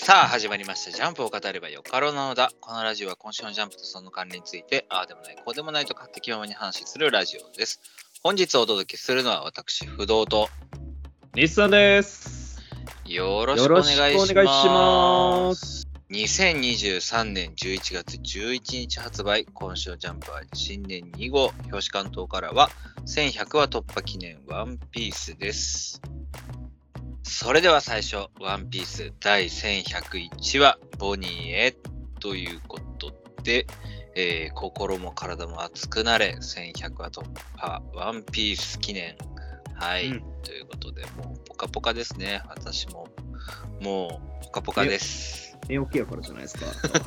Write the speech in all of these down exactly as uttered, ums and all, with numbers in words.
さあ始まりました。ジャンプを語ればよかろうなのだ。このラジオは今週のジャンプとその関連についてああでもないこうでもないと勝手気ままに話するラジオです。本日お届けするのは私不動と日産です。 よろしくお願いします。よろしくお願いします。にせんにじゅうさんねんじゅういちがつじゅういちにち発売。今週のジャンプは新年に号。表紙関東からはせんひゃくわ突破記念ワンピースです。それでは最初、ワンピースだいせんひゃくいちわ、ボニーへということで、えー、心も体も熱くなれ、せんひゃくわ突破、ワンピース記念。はい、うん、ということで、もうポカポカですね。私も、もうポカポカです。 寝起きやからじゃないですか。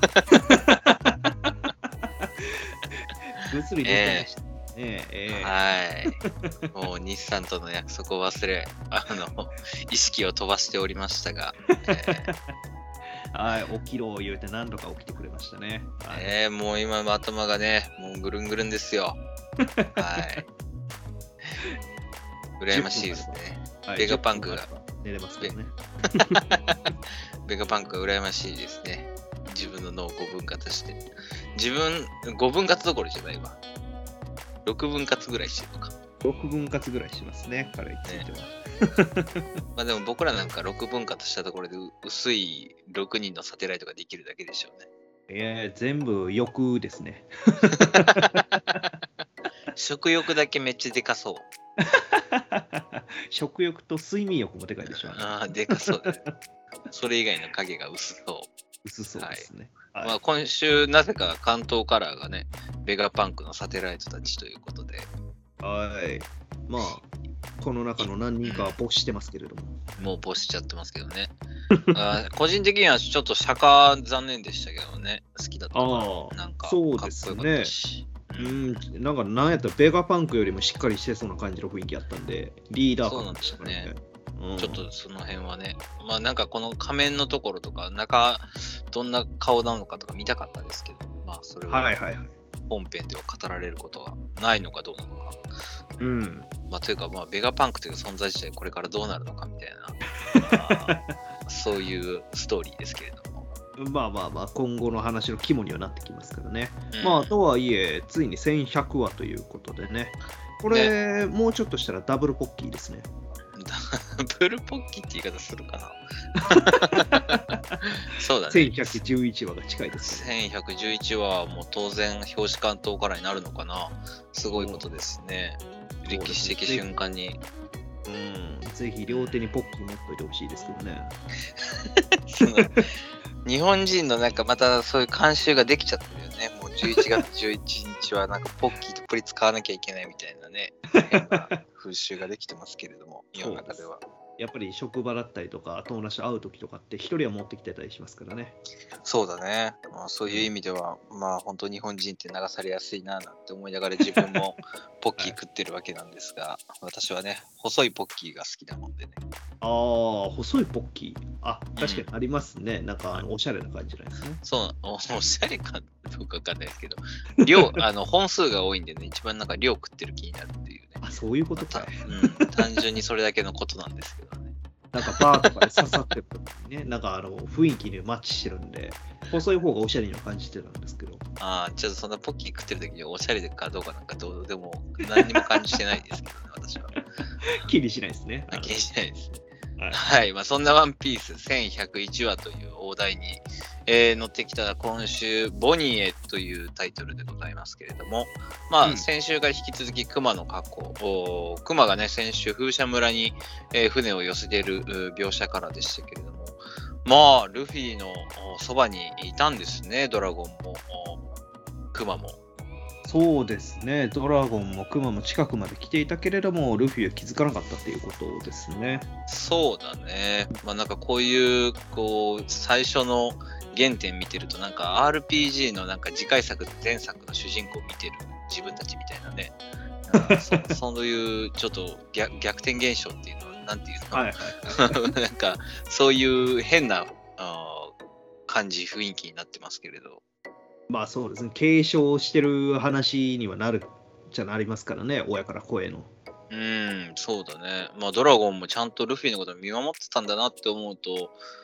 ぐっすり寝てました。ええー、はい。もう日産との約束を忘れ、あの意識を飛ばしておりましたが、えー、 はい、起きろ言うて何度か起きてくれましたね。 はい、えー、もう今の頭がね、もうぐるんぐるんですよ。はい。羨ましいですね。はい、ベガパンクが寝れますけどね。 ベガパンクが羨ましいですね。自分の脳をごぶん割して、自分ごぶん割どころじゃないわ。ろくぶん割ぐらいしてるのか。 ろくぶん割ぐらいしますね、彼については。 ね、まあでも僕らなんかろくぶん割したところで薄いろくにんのサテライトができるだけでしょうね。 いや、全部欲ですね。 食欲だけめっちゃでかそう。 食欲と睡眠欲もでかいでしょうね。 ああ、でかそうだね。それ以外の影が薄そう。 薄そうですね。 はい、まあ、今週なぜか関東カラーがね、ベガパンクのサテライトたちということで。 はい。まあ、この中の何人かは没してますけれども。 もう没しちゃってますけどね。あ個人的にはちょっと釈迦残念でしたけどね。好きだったな。 なんかそうですね。うん、なんかなんやったらベガパンクよりもしっかりしてそうな感じの雰囲気あったんで、リーダー感でしたね。 うん、ちょっとその辺はね、まあなんかこの仮面のところとか、中、どんな顔なのかとか見たかったですけど、まあそれは本編では語られることはないのかどうなのか。 うん。 まあというか、まあベガパンクという存在自体これからどうなるのかみたいな、そういうストーリーですけれども。 まあまあまあ、今後の話の肝にはなってきますからね。うん、まあとはいえ、ついにせんひゃくわということでね。これ、ね、もうちょっとしたらダブルポッキーですね。 ダブルポッキーって言い方するかな。そうだね。 せんひゃくじゅういちわが近いです、 ね。せんひゃくじゅういちわはもう当然表紙関東からになるのかな。すごいことですね。歴史的瞬間に。 うん、ぜひ両手にポッキー持っといてほしいですけどね。 その日本人のなんかまたそういう慣習ができちゃってるよね。もうじゅういちがつじゅういちにちはなんかポッキーとプリ使わなきゃいけないみたいなね。変な風習ができてますけれども、世の中では。 やっぱり職場だったりとか、友達と会うときとかって一人は持ってきてたりしますからね。 そうだね。まあ、そういう意味では、うん、まあ本当日本人って流されやすいななんて思いながら自分もポッキー食ってるわけなんですが、はい、私はね、細いポッキーが好きなもんでね。 ああ、細いポッキー。あ、確かにありますね。うん、なんかあのおしゃれな感じなんですね。 そうお、おしゃれかどうかわかんないですけど、量、あの本数が多いんでね、一番なんか量食ってる気になるっていうね。 あ、そういうことか。 うん、単純にそれだけのことなんですけどね。 なんかバーとかで刺さってる時にね、なんかあの雰囲気にマッチしてるんで、細い方がおしゃれには感じてたんですけど。 ああ、ちょっとそんなポッキー食ってる時におしゃれかどうかなんかどうでも何にも感じてないですけどね、私は。 気にしないですね。 気にしないですね。はい、はい、まあ、そんなワンピースせんひゃくいちわという大台に、えー、乗ってきた今週、ボニーへというタイトルでございますけれども、まあ、うん、先週から引き続き熊の過去、熊がね、先週風車村に、えー、船を寄せている描写からでしたけれども、まあ、ルフィのそばにいたんですね、ドラゴンも、熊も。 そうですね、ドラゴンもクマも近くまで来ていたけれども、ルフィは気づかなかったっていうことですね。 そうだね。まあなんかこういう、こう、最初の原点見てると、なんか アールピージー のなんか次回作、前作の主人公を見てる自分たちみたいなね。そそういうちょっと 逆, 逆転現象っていうのは、なんていうの、はいはい、なんかそういう変な感じ、雰囲気になってますけれど。 まあそうですね、継承してる話にはなるじゃなりますからね、親から子への。 うん、そうだね。まあドラゴンもちゃんとルフィのことを見守ってたんだなって思うと、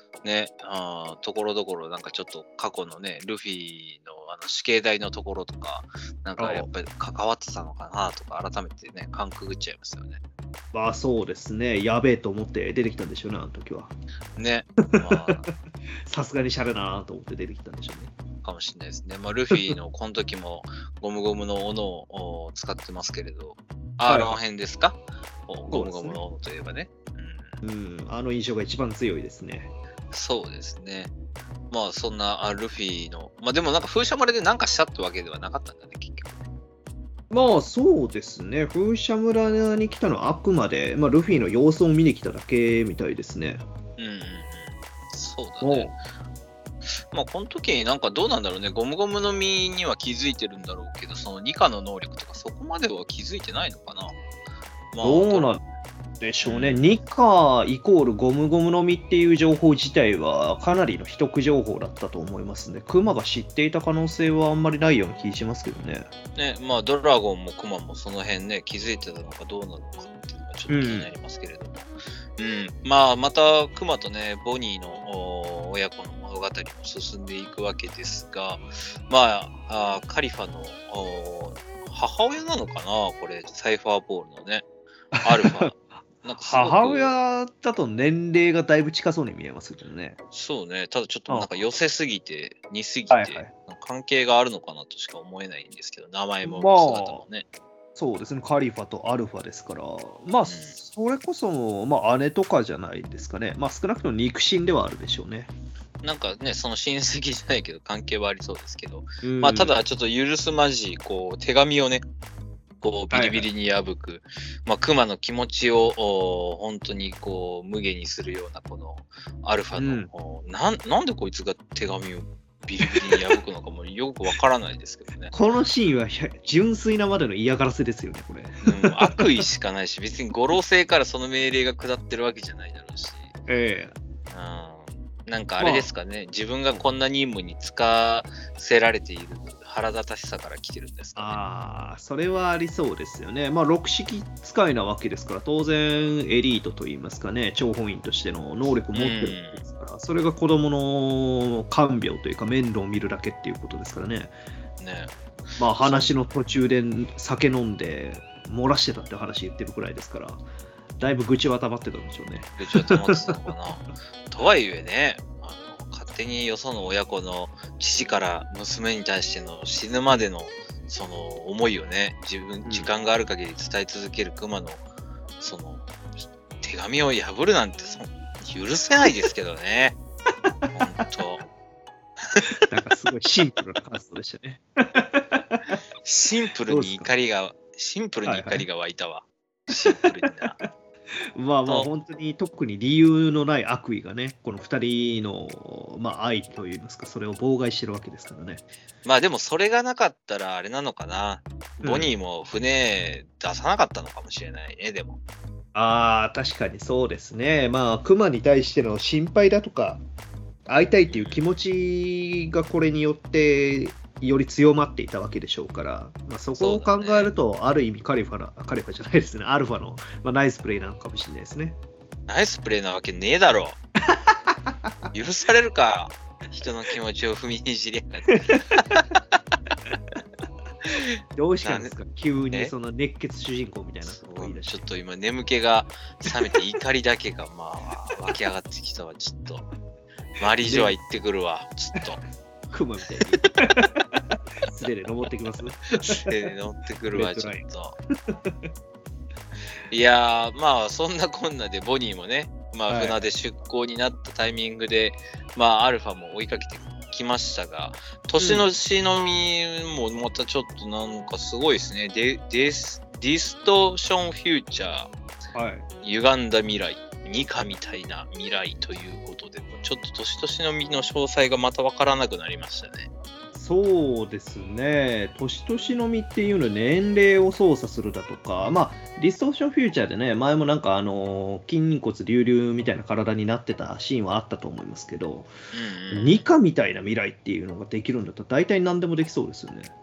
ね、あところどころなんかちょっと過去のね、ルフィのあの死刑台のところとか、なんかやっぱり関わってたのかなとか、改めてね、感くぐっちゃいますよね。 まあそうですね、やべえと思って出てきたんでしょうね、あの時は。 ね、 さすがにシャレだなと思って出てきたんでしょうね。 かもしれないですね。まあ、ルフィのこの時もゴムゴムの斧を使ってますけれど、アーロン編ですか、はい、ゴムゴムの斧といえばね。 うん、うん、あの印象が一番強いですね。 そうですね。まあそんなルフィの、まあでもなんか風車村で何かしたってわけではなかったんだね、結局。 まあそうですね、風車村に来たのはあくまで、まあ、ルフィの様子を見に来ただけみたいですね。 うんうんうん。そうだね。まあこの時になんかどうなんだろうね、ゴムゴムの実には気づいてるんだろうけど、そのニカの能力とかそこまでは気づいてないのかな。 まあ、どうなんでしょうね、うん、ニカイコールゴムゴムの実っていう情報自体はかなりの秘匿情報だったと思いますね。クマが知っていた可能性はあんまりないような気がしますけどね。 ね、まあドラゴンもクマもその辺ね、気づいてたのかどうなのかっていうのがちょっと気になりますけれども。うん、うん、まあまたクマとね、ボニーの親子の物語も進んでいくわけですが、まあ、あカリファの母親なのかな、これ、サイファーボールのね、アルファ。 なんか母親だと年齢がだいぶ近そうに見えますけどね。 そうね、ただちょっとなんか寄せすぎて、似すぎて、はいはい、関係があるのかなとしか思えないんですけど、名前も姿もね。 まあ、そうですね、カリファとアルファですから、まあ、うん、それこそ、まあ、姉とかじゃないですかね。まあ、少なくとも肉親ではあるでしょうね。 なんかね、その親戚じゃないけど、関係はありそうですけど、まあ、ただちょっと許すまじ、こう、手紙をね、こうビリビリに破く、はいはい、まあ、クマの気持ちを本当にこう無下にするようなこのアルファの、うん、な, なんでこいつが手紙をビリビリに破くのかもよくわからないですけどね。 このシーンは純粋なまでの嫌がらせですよね、これ。 うん、悪意しかないし、別に五老星からその命令が下ってるわけじゃないだろうし。 ええうん、なんかあれですかね、まあ、自分がこんな任務に就かせられている腹立たしさから来てるんですかね。 ああ、それはありそうですよね。まあ、六式使いなわけですから、当然エリートといいますかね、諜報員としての能力を持ってるわけですから、それが子供の看病というか面倒を見るだけっていうことですからね。 ね、 まあ、話の途中で酒飲んで漏らしてたって話言ってるくらいですから、だいぶ愚痴は溜まってたんでしょうね。 愚痴は溜まってたのかな。とはいえね、あの勝手によその親子の父から娘に対しての死ぬまでのその思いをね、自分時間がある限り伝え続けるクマのその手紙を破るなんてそ許せないですけどね。本当。なんかすごいシンプルな感想でしたね。 シンプルに怒りがシンプルに怒りが湧いたわ。はいはい、シンプルにな。 まあまあ本当に特に理由のない悪意がね、このふたりの、まあ、愛といいますか、それを妨害してるわけですからね。 まあでもそれがなかったらあれなのかな、ボニーも船出さなかったのかもしれないね、うん、でも。 ああ、確かにそうですね。まあ、クマに対しての心配だとか、会いたいっていう気持ちがこれによってより強まっていたわけでしょうから、まあ、そこを考えると、ね、ある意味カリファな、カリファじゃないですね、アルファの、まあ、ナイスプレーなのかもしれないですね。 ナイスプレーなわけねえだろ。許されるか、人の気持ちを踏みにじりやがって。 どうしたんですか、急にその熱血主人公みたいなことを言い出して。 ちょっと今眠気が覚めて怒りだけがまあ湧き上がってきたわ、ちょっと。マリージョア行ってくるわ、ちょっと。 クマみたいに。素手で登ってきますね。 素手で登ってくるわ、ちょっと。いやー、まあ、そんなこんなでボニーもね、まあ、船で出港になったタイミングで、はい、まあ、アルファも追いかけてきましたが、年のしのみもまたちょっとなんかすごいですね。デ, デ, ディストーションフューチャー、はい、歪んだ未来、ニカみたいな未来ということで、ちょっと年としのみの詳細がまた分からなくなりましたね。 そうですね、年としのみっていうのは年齢を操作するだとか、まあ、ディストーションフューチャーでね、前もなんかあの筋骨隆々みたいな体になってたシーンはあったと思いますけど、うんうん、ニカみたいな未来っていうのができるんだったら大体何でもできそうですよね。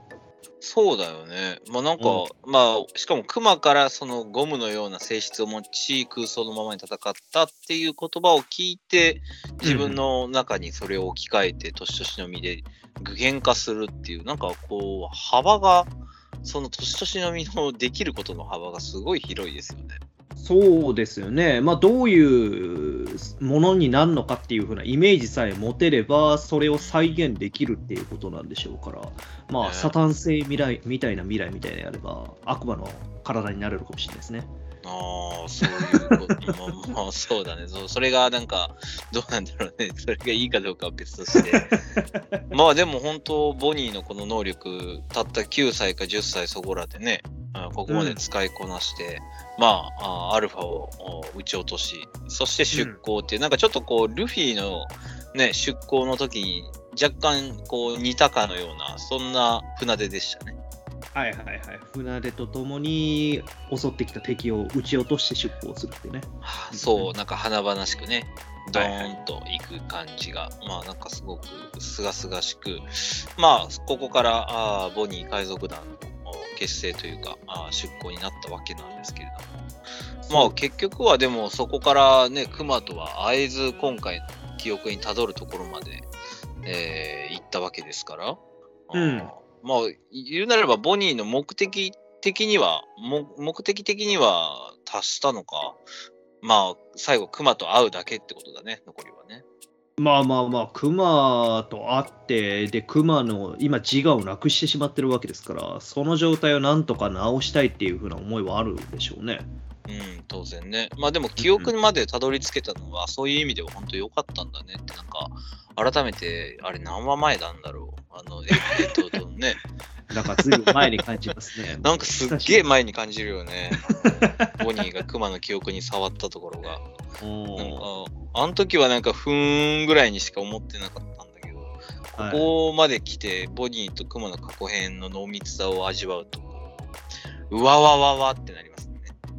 そうだよね。まあなんか、 うん、 まあ、しかもクマからそのゴムのような性質を持ち、空想のままに戦ったっていう言葉を聞いて、自分の中にそれを置き換えて、年々の実で具現化するっていう、なんかこう、幅が、その年々の実のできることの幅がすごい広いですよね。 そうですよね。まあ、どういうものになるのかっていう風なイメージさえ持てれば、それを再現できるっていうことなんでしょうから、まあ、 ねサタン星未来みたいな未来みたいなやれば、悪魔の体になれるかもしれないですね。 ああ、そういうこと。まあ、まあ、そうだねそ。それがなんか、どうなんだろうね。それがいいかどうかは別として。まあでも本当、ボニーのこの能力、たったきゅうさいかじゅっさいそこらでね、ここまで使いこなして、うん、まあ、アルファを撃ち落とし、そして出航っていう、うん、なんかちょっとこう、ルフィのね、出航の時に若干こう似たかのような、そんな船出でしたね。 はいはいはい。船出とともに襲ってきた敵を撃ち落として出航するってね。 はあ、そう、なんか華々しくね、ドーンといく感じが、はいはい、まあなんかすごくすがすがしく、まあここからあボニー海賊団の結成というかあ出航になったわけなんですけれども、まあ結局はでもそこからね、クマとは会えず今回の記憶にたどるところまで、えー、行ったわけですから、 うん、 まあ言うなればボニーの目的的には目的的には達したのか、まあ最後クマと会うだけってことだね、残りはね。 まあまあまあ、クマと会って、で、クマの今自我をなくしてしまってるわけですから、その状態をなんとか直したいっていう風な思いはあるでしょうね。 うん、当然ね。まあでも記憶までたどり着けたのは、うん、そういう意味では本当良かったんだねって、なんか、改めて、あれ何話前なんだろう。あの、えっと、とね。 なんかずいぶん前に感じますね。 なんかすっげえ前に感じるよね。ボニーがクマの記憶に触ったところが。なんか、あの時はなんかふーんぐらいにしか思ってなかったんだけど、ここまで来て、ボニーとクマの過去編の濃密さを味わうと、うわわわわってなりますね。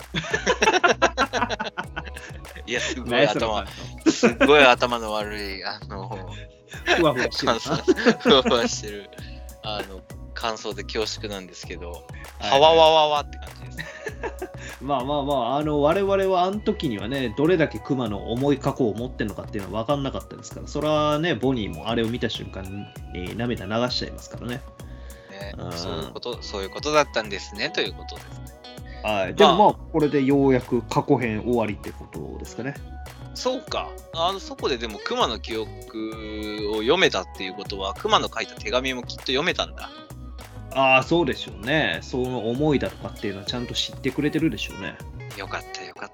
いや、すごい頭、すごい頭の悪い、あの、 ふわふわしてる。 ふわふわしてる、あの、感想で恐縮なんですけど、はわわわわって感じですね。 まあまあまあ、あの我々はあの時にはね、どれだけクマの重い過去を持ってるのかっていうのは分かんなかったですから、それはね、ボニーもあれを見た瞬間に涙流しちゃいますからね。 ね、そういうこと、そういうことだったんですねということですね。 はい、でもまあ、これでようやく過去編終わりってことですかね。 そうか。あのそこででもクマの記憶を読めたっていうことは、クマの書いた手紙もきっと読めたんだ。 ああ、そうでしょうね。その思いだとかっていうのはちゃんと知ってくれてるでしょうね。 よかったよかった。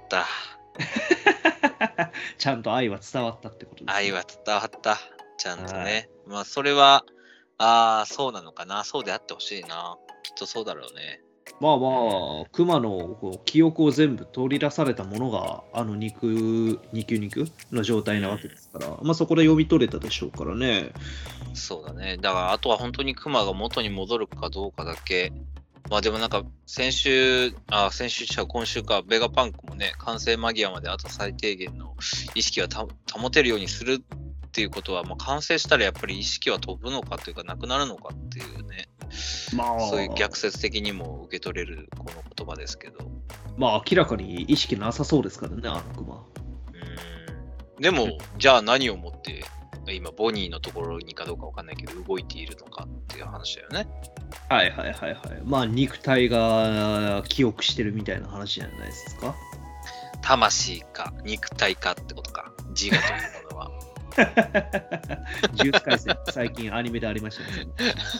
ちゃんと愛は伝わったってことですね。 愛は伝わった。ちゃんとね。まあそれは、ああ、そうなのかな。そうであってほしいな。きっとそうだろうね。 まあまあ、クマのこう記憶を全部取り出されたものが、あの肉、肉肉の状態なわけですから、うん、まあそこで読み取れたでしょうからね。 そうだね。だからあとは本当にクマが元に戻るかどうかだけ。まあでもなんか先週、あ、先週じゃ今週か、ベガパンクもね、完成間際まであと最低限の意識はた保てるようにするっていうことは、まあ、完成したらやっぱり意識は飛ぶのかというかなくなるのかっていうね。まあ、そういう逆説的にも受け取れるこの言葉ですけど。 まあ明らかに意識なさそうですからね、あのクマ。 うん。でも、じゃあ何をもって今ボニーのところにかどうかわかんないけど動いているのかっていう話だよね。 はいはいはいはい。まあ肉体が記憶してるみたいな話じゃないですか。 魂か肉体かってことか。自我というものは。 呪術廻戦最近アニメでありましたね。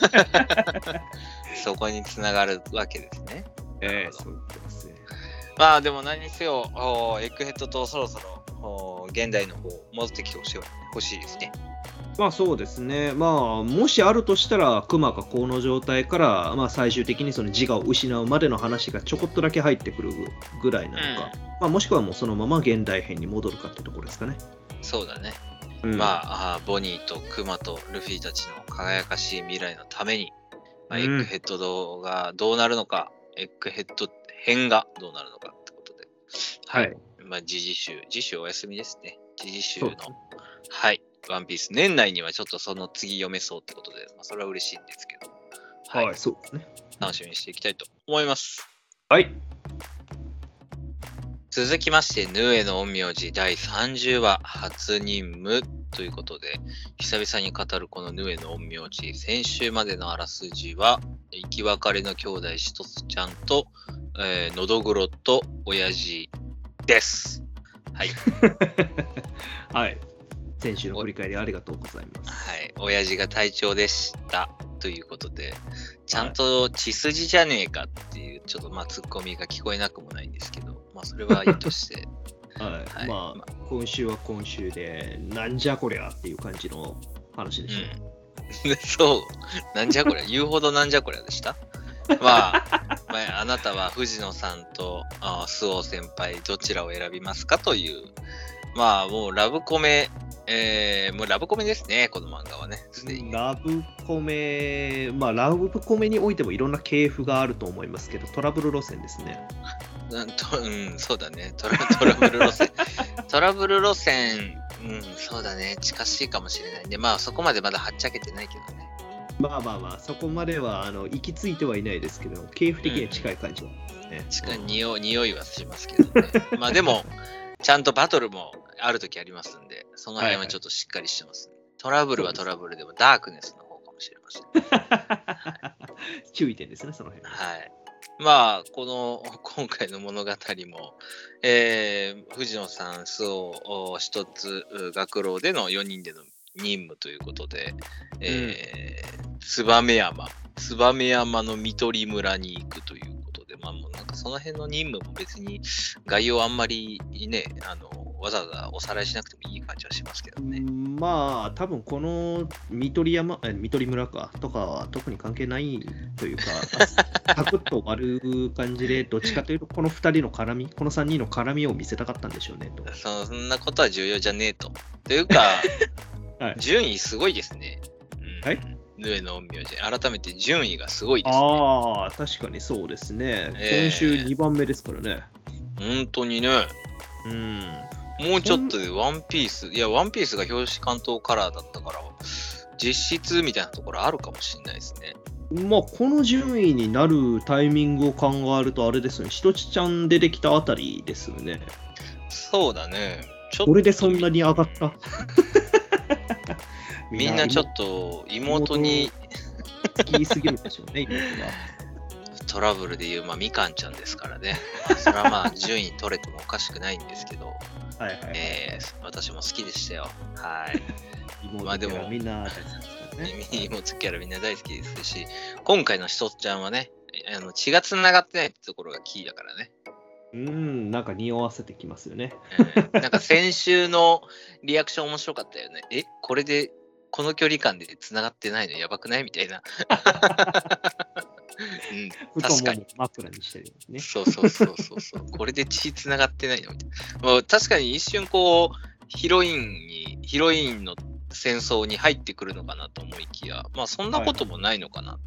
そこにつながるわけですね。 ええー、そういうことですね。 まあでも何にせよエッグヘッドとそろそろ現代の方戻ってきてほしいほしいですね。 まあそうですね。まあもしあるとしたらクマがこの状態から、まあ、最終的にその自我を失うまでの話がちょこっとだけ入ってくるぐらいなのか、うん、まあ、もしくはもうそのまま現代編に戻るかってところですかね。 そうだね。うん、まあボニーとクマとルフィたちの輝かしい未来のために、まあ、エッグヘッドがどうなるのか、うん、エッグヘッド編がどうなるのかってことで、はい。まあ、次々週、次週お休みですね。次々週の、はい、ワンピース。年内にはちょっとその次読めそうってことで、まあ、それは嬉しいんですけど。 はい、はい、そうですね。 楽しみにしていきたいと思います。 はい。 続きまして、ヌエの陰陽師だいさんじゅうわ初任務ということで、久々に語るこのヌエの陰陽師、先週までのあらすじは、生き別れの兄弟しとつちゃんと、えー、のどぐろと親父です。はい。 はい。先週の振り返りありがとうございます。 はい。親父が隊長でしたということで、ちゃんと血筋じゃねえかっていう、ちょっとまあツッコミが聞こえなくもないんですけど、まあそれはいいとして。 はい。はい、まあ、まあ、今週は今週で、なんじゃこりゃっていう感じの話でした。 うん、そう。なんじゃこりゃ言うほどなんじゃこりゃでしたまあ、まあ、あなたは藤野さんとあ周防先輩どちらを選びますかという、まあもうラブコメ、えー、もうラブコメですね、この漫画はね。 ラブコメ、まあラブコメにおいてもいろんな系譜があると思いますけど、トラブル路線ですね。 うん、とうん、そうだねトラ。トラブル路線。トラブル路線、うん、そうだね。近しいかもしれないんで、まあそこまでまだはっちゃけてないけどね。 まあまあまあ、そこまではあの行き着いてはいないですけど、系譜的には近い感じは、 ね。うん、近い匂い、匂いはしますけどね。まあでも、ちゃんとバトルもあるときありますんで、その辺はちょっとしっかりしてます、ね。はいはい、トラブルはトラブルでもダークネスの方かもしれません、ね。 はい、注意点ですね、その辺。 はい。まあ、この、今回の物語も、えー、藤野さん、周防一つ学郎でのよにんでの任務ということで、えー、燕山、燕山の見取村に行くということで、まあもうなんかその辺の任務も別に概要あんまりね、あの、わざわざおさらいしなくてもいい感じはしますけどね。 まあ、多分この見取山、見取村かとかは特に関係ないというか、サクッと終わる感じで、どっちかというと、このふたりの絡み、このさんにんの絡みを見せたかったんでしょうねと。 そんなことは重要じゃねえと。というか、はい、順位すごいですね。 うん、はい。 ヌエの陰陽師、改めて順位がすごいですね。 ああ、確かにそうですね。えー、今週にばんめですからね。 本当にね。 うん。 もうちょっとでワンピース、いや、ワンピースが表紙関東カラーだったから、実質みたいなところあるかもしれないですね。 まあ、この順位になるタイミングを考えると、あれですよね、しとちちゃん出てきたあたりですよね。 そうだね。 ちょっとこれでそんなに上がったみんなちょっと妹に好きすぎるでしょうね、妹が。 トラブルでいう、まあ、みかんちゃんですからね。それはまあ、順位取れてもおかしくないんですけど、 はいはい、はい、 えー、私も好きでしたよ。はい。 妹キャラみんな大好きですからね。 妹キャラみんな大好きですし、今回のしとちゃんはね、あの血がつながってないってところがキーだからね。 うん、なんか匂わせてきますよね。 うん、なんか先週のリアクション面白かったよね。え、これで、この距離感でつながってないのやばくないみたいな。 うん、確かに枕にしてるんですね。 そうそうそうそうそう。これで血つながってないのみたいな。まあ、確かに一瞬こうヒロインにヒロインの戦争に入ってくるのかなと思いきや、まあそんなこともないのかな。はい、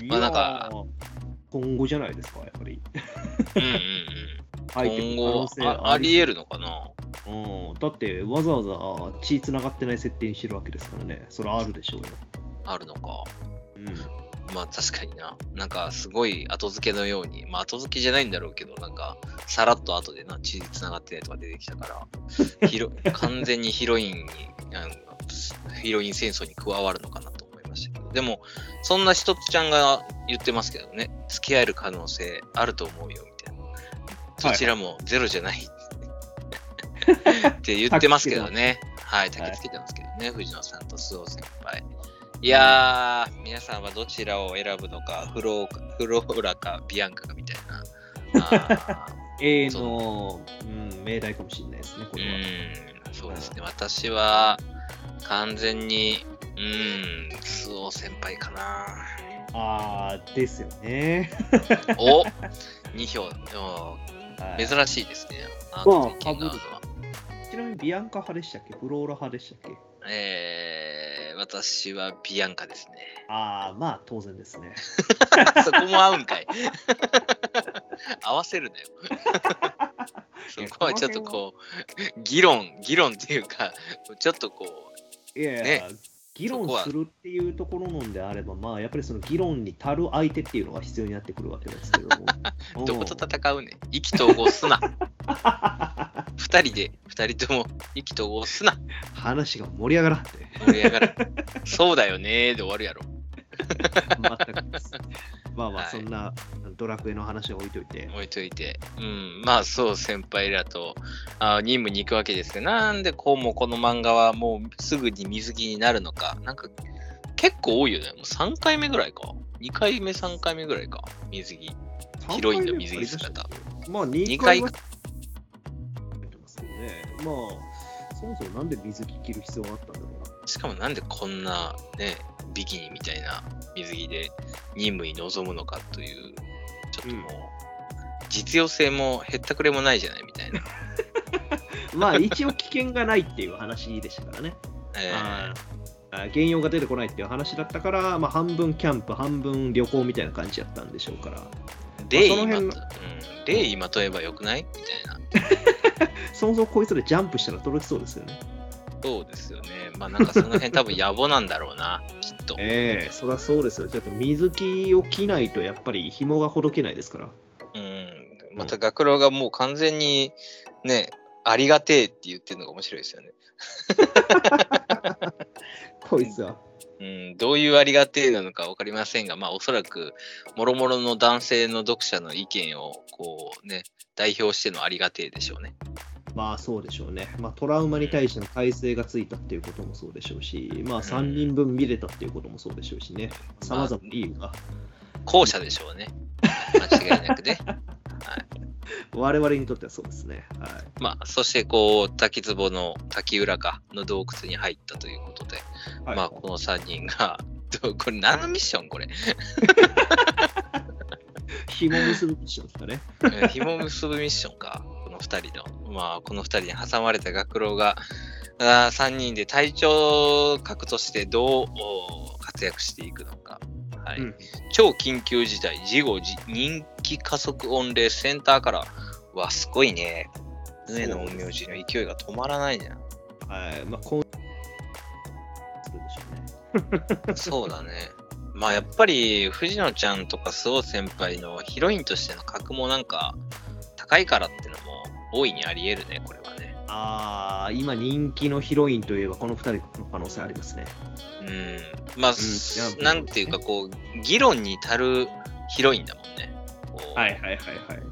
まあなんか今後じゃないですかやっぱり。 うんうんうん。今後 あ, ありえるのかな。 うん、だってわざわざ血つながってない設定にしてるわけですからね。それはあるでしょうよ。 あるのか。 うん。 まあ確かにな。なんかすごい後付けのように、まあ後付けじゃないんだろうけど、なんかさらっと後でな、血つながってないとか出てきたから、ヒロ完全にヒロインにあの、ヒロイン戦争に加わるのかなと思いましたけど、でも、そんなひとつちゃんが言ってますけどね、付き合える可能性あると思うよみたいな。どちらもゼロじゃない、はい、って言ってますけどね。はい、焚きつけてますけどね、はい、藤野さんと周防先輩。いやー、皆さんはどちらを選ぶのか、フローフローラかビアンカかみたいな。 永遠の、うん、命題かもしれないですね、これは。 うん、そうですね。私は完全に、うん、周防先輩かな。 あー、ですよね。 おに票、珍しいですね。 まあ、かぶるちなみにビアンカ派でしたっけフローラ派でしたっけえー、私はビアンカですね。 ああ、まあ当然ですね。 そこも合うんかい。合わせるなよ。そこはちょっとこう、議論、議論っていうか、ちょっとこう、いやいや、 ね、 議論するっていうところのであれば、まあ、やっぱりその議論に足る相手っていうのが必要になってくるわけですけども。 どこと戦うねん。意気投合すな。二人で、二人とも意気投合すな。 話が盛り上がらんって。 盛り上がる。そうだよねーで終わるやろ。 全くです。まあまあ、 はいそんなドラクエの話を置いといて。 置いといて。うん。まあ、そう、先輩らとあ任務に行くわけですけど、なんでこうもこの漫画はもうすぐに水着になるのか。なんか、結構多いよね。もうさんかいめぐらいか。にかいめ、さんかいめぐらいか。水着。ヒロインの水着姿。 まあ、にかいは。まあ、そもそもなんで水着着る必要があったんだろう。 しかもなんでこんなね、ビキニみたいな水着で任務に臨むのかという、ちょっともう、うん、実用性もへったくれもないじゃないみたいな。 まあ一応危険がないっていう話でしたからね。えー、あ原用が出てこないっていう話だったから、まあ、半分キャンプ、半分旅行みたいな感じだったんでしょうから。 例今、まあ、うん、例今とえばよくないみたいな。 そもそもこいつでジャンプしたら届きそうですよね。 そうですよね。まあなんかその辺多分野暮なんだろうな、きっと。 ええー、そりゃそうですよ。ちょっと水着を着ないとやっぱり紐がほどけないですから。 うん。また学郎がもう完全にね、ありがてえって言ってるのが面白いですよね。 こいつは。 うん、どういうありがてえなのか分かりませんが、まあおそらくもろもろの男性の読者の意見をこうね代表してのありがてえでしょうね。 まあそうでしょうね。まあトラウマに対しての耐性がついたっていうこともそうでしょうし、まあさんにんぶん見れたっていうこともそうでしょうしね。さまざまな理由が。 後者でしょうね。間違いなくね。はい。 我々にとってはそうですね。はい。 まあ、そしてこう滝壺の滝浦かの洞窟に入ったということで、はい、まあこのさんにんがこれ何のミッションこれ紐結ぶミッションですかね。紐結ぶミッションかこのふたりのまあこのふたりに挟まれた学郎があさんにんで隊長格としてどう活躍していくのか。はい、うん、超緊急事態事後人気加速御礼センターからわすごいね。上の陰陽師の勢いが止まらないじゃん。 はい、まあこうそうだね。まあやっぱり藤野ちゃんとか周防先輩のヒロインとしての格もなんか高いからっていうのも大いにあり得るね、これはね。 ああ、今人気のヒロインといえばこのふたりの可能性ありますね。 うん。まあ、うん、なんていうかこう、議論に足るヒロインだもんね。 はいはいはいはい。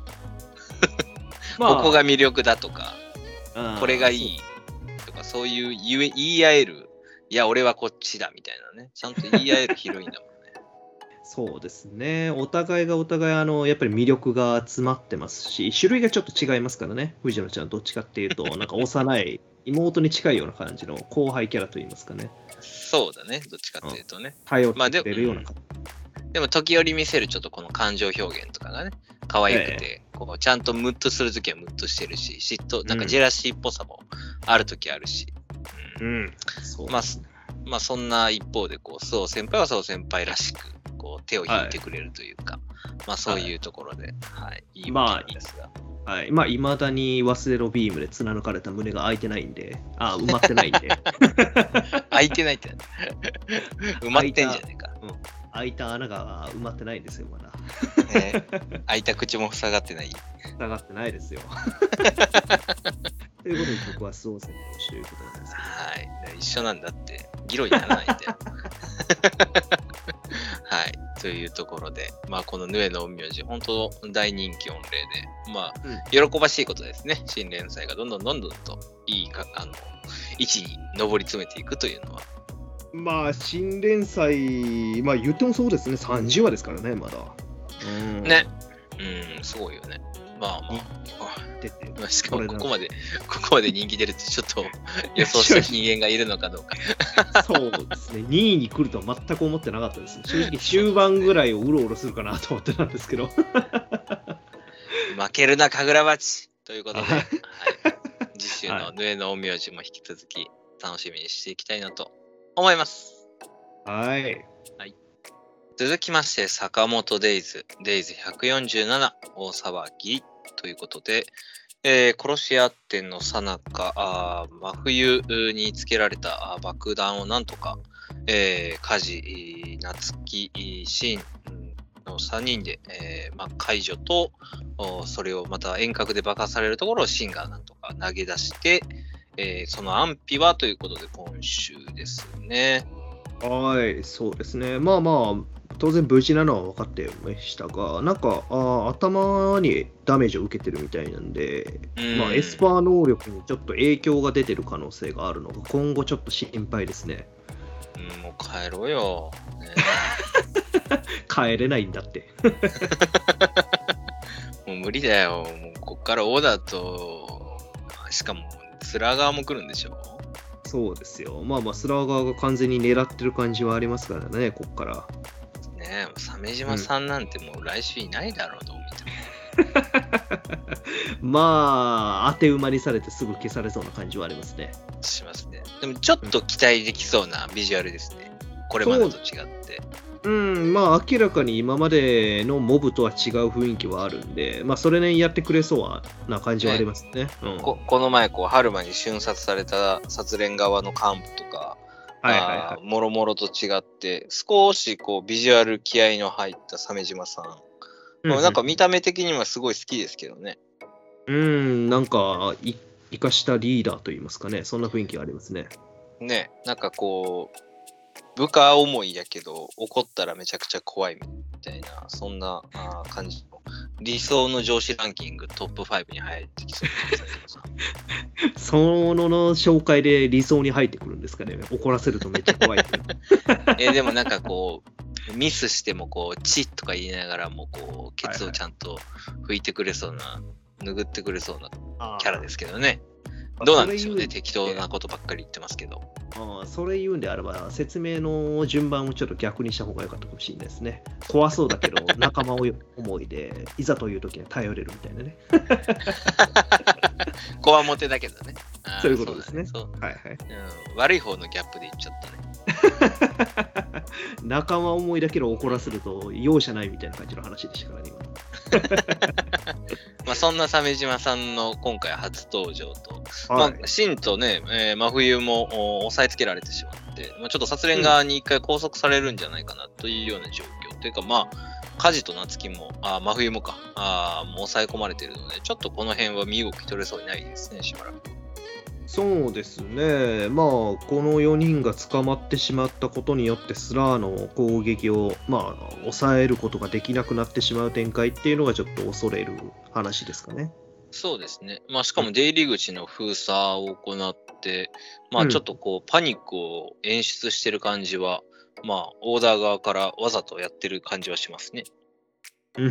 まあ、ここが魅力だとか、これがいいとか、そういう言え言い合える、いや、俺はこっちだみたいなね、ちゃんと言い合えるヒロインだもんね。 そうですね。お互いがお互い、あの、やっぱり魅力が詰まってますし、種類がちょっと違いますからね。藤野ちゃん、どっちかっていうと、なんか幼い、妹に近いような感じの後輩キャラといいますかね。 そうだね、どっちかっていうとね。 頼ってるような感じ。 まあ、でも、時折見せるちょっとこの感情表現とかがね、可愛くて、えー、こうちゃんとムッとするときはムッとしてるし、嫉妬、なんかジェラシーっぽさもあるときあるし。 うん。うん、そうまあ、まあ、そんな一方で、こう、そう先輩はそう先輩らしく、こう手を引いてくれるというか、はい、まあそういうところで、はい、はい、いいわけですが。 まあ、はい。まあ、未だに忘れろビームで貫かれた胸が開いてないんで、あ、埋まってないんで。 開いてないって埋まってんじゃねえか。 うん。開いた穴が埋まってないんですよ、まだ。 ね、開いた口も塞がってない。 塞がってないですよ。ということで、僕はそう選手ということなんですけど。 はい。一緒なんだって、議論にならないんだよ。はい。というところで、まあ、このヌエの陰陽師、本当大人気御礼で、まあ、うん、喜ばしいことですね。新連載がどんどんどんどんといいか、あの、位置に上り詰めていくというのは。 まあ、新連載、まあ、言ってもそうですね。さんじゅうわですからね、まだ。 うん、ね。うん、すごいよね。まあまあ。出てまあ、しかもここまで、ここまで人気出るとちょっと予想した人間がいるのかどうか。 そうですね。にいに来るとは全く思ってなかったです。正直終盤ぐらいをうろうろするかなと思ってたんですけど。負けるな、神楽鉢ということで、はい、次週のヌエの陰陽師も引き続き楽しみにしていきたいなと思います。 はい。 はい。続きまして、坂本デイズ、デイズひゃくよんじゅうなな、大騒ぎということで、えー、殺し合ってんの最中、あ真冬につけられた爆弾をなんとか、 えー、梶、夏希、シンのさんにんで、えーまあ、解除と、それをまた遠隔で爆破されるところをシンがなんとか投げ出して、えー、その安否はということで今週ですね。 はい、そうですね。まあまあ、当然無事なのは分かってましたが、なんかあ頭にダメージを受けてるみたいなんで、 うんまあ、エスパー能力にちょっと影響が出てる可能性があるのが、今後ちょっと心配ですね。 うん、もう帰ろうよ。ね、 帰れないんだって。 もう無理だよ。もうこっからオーダーと、しかもスラー側も来るんでしょ。 そうですよ。まあまあ、スラー側が完全に狙ってる感じはありますからね、こっから。 ねえ、鮫島さんなんてもう来週いないだろうと思って。 まあ、当て馬にされてすぐ消されそうな感じはありますね。 しますね。でもちょっと期待できそうなビジュアルですね。これまでと違って。 うん、まあ明らかに今までのモブとは違う雰囲気はあるんで、まあそれねやってくれそうな感じはありますね。ねうん、 こ, この前こう春馬に瞬殺された殺練側の幹部とか、はいはいはい、もろもろと違って少しこうビジュアル気合いの入った鮫島さん、うんうん、なんか見た目的にはすごい好きですけどね。 うん、なんかい生かしたリーダーといいますかね、そんな雰囲気がありますね。 ね、なんかこう部下思いやけど怒ったらめちゃくちゃ怖いみたいな、そんなあ感じの理想の上司ランキングトップファイブに入ってきそうなそのの紹介で理想に入ってくるんですかね。怒らせるとめっちゃ怖いってえでもなんかこうミスしてもこうチッとか言いながらもこうケツをちゃんと拭いてくれそうな、はいはい、拭ってくれそうなキャラですけどね。どうなんでしょうね、適当なことばっかり言ってますけど。 ああ、それ言うんであれば、説明の順番をちょっと逆にした方が良かったかもしれないですね。怖そうだけど、仲間思いで、いざという時には頼れるみたいなね。 こわもてだけどね。 そういうことですね。 そうはいはい、 うん。悪い方のギャップで言っちゃったね。仲間思いだけど怒らせると容赦ないみたいな感じの話でしたからね、今。 まあそんな鮫島さんの今回初登場と、はい、まあ、シンとね、えー、真冬も押さえつけられてしまって、まあ、ちょっと殺練側に一回拘束されるんじゃないかなというような状況、うん、というかまあ梶と夏希もあ真冬もかあもう抑え込まれているので、ちょっとこの辺は身動き取れそうにないですね、しばらく。 そうですね、まあこのよにんが捕まってしまったことによってスラーの攻撃を、まあ、抑えることができなくなってしまう展開っていうのがちょっと恐れる話ですかね。 そうですね、まあ、しかも出入り口の封鎖を行って、うん、まあ、ちょっとこうパニックを演出してる感じは、まあ、オーダー側からわざとやってる感じはしますね。 うん、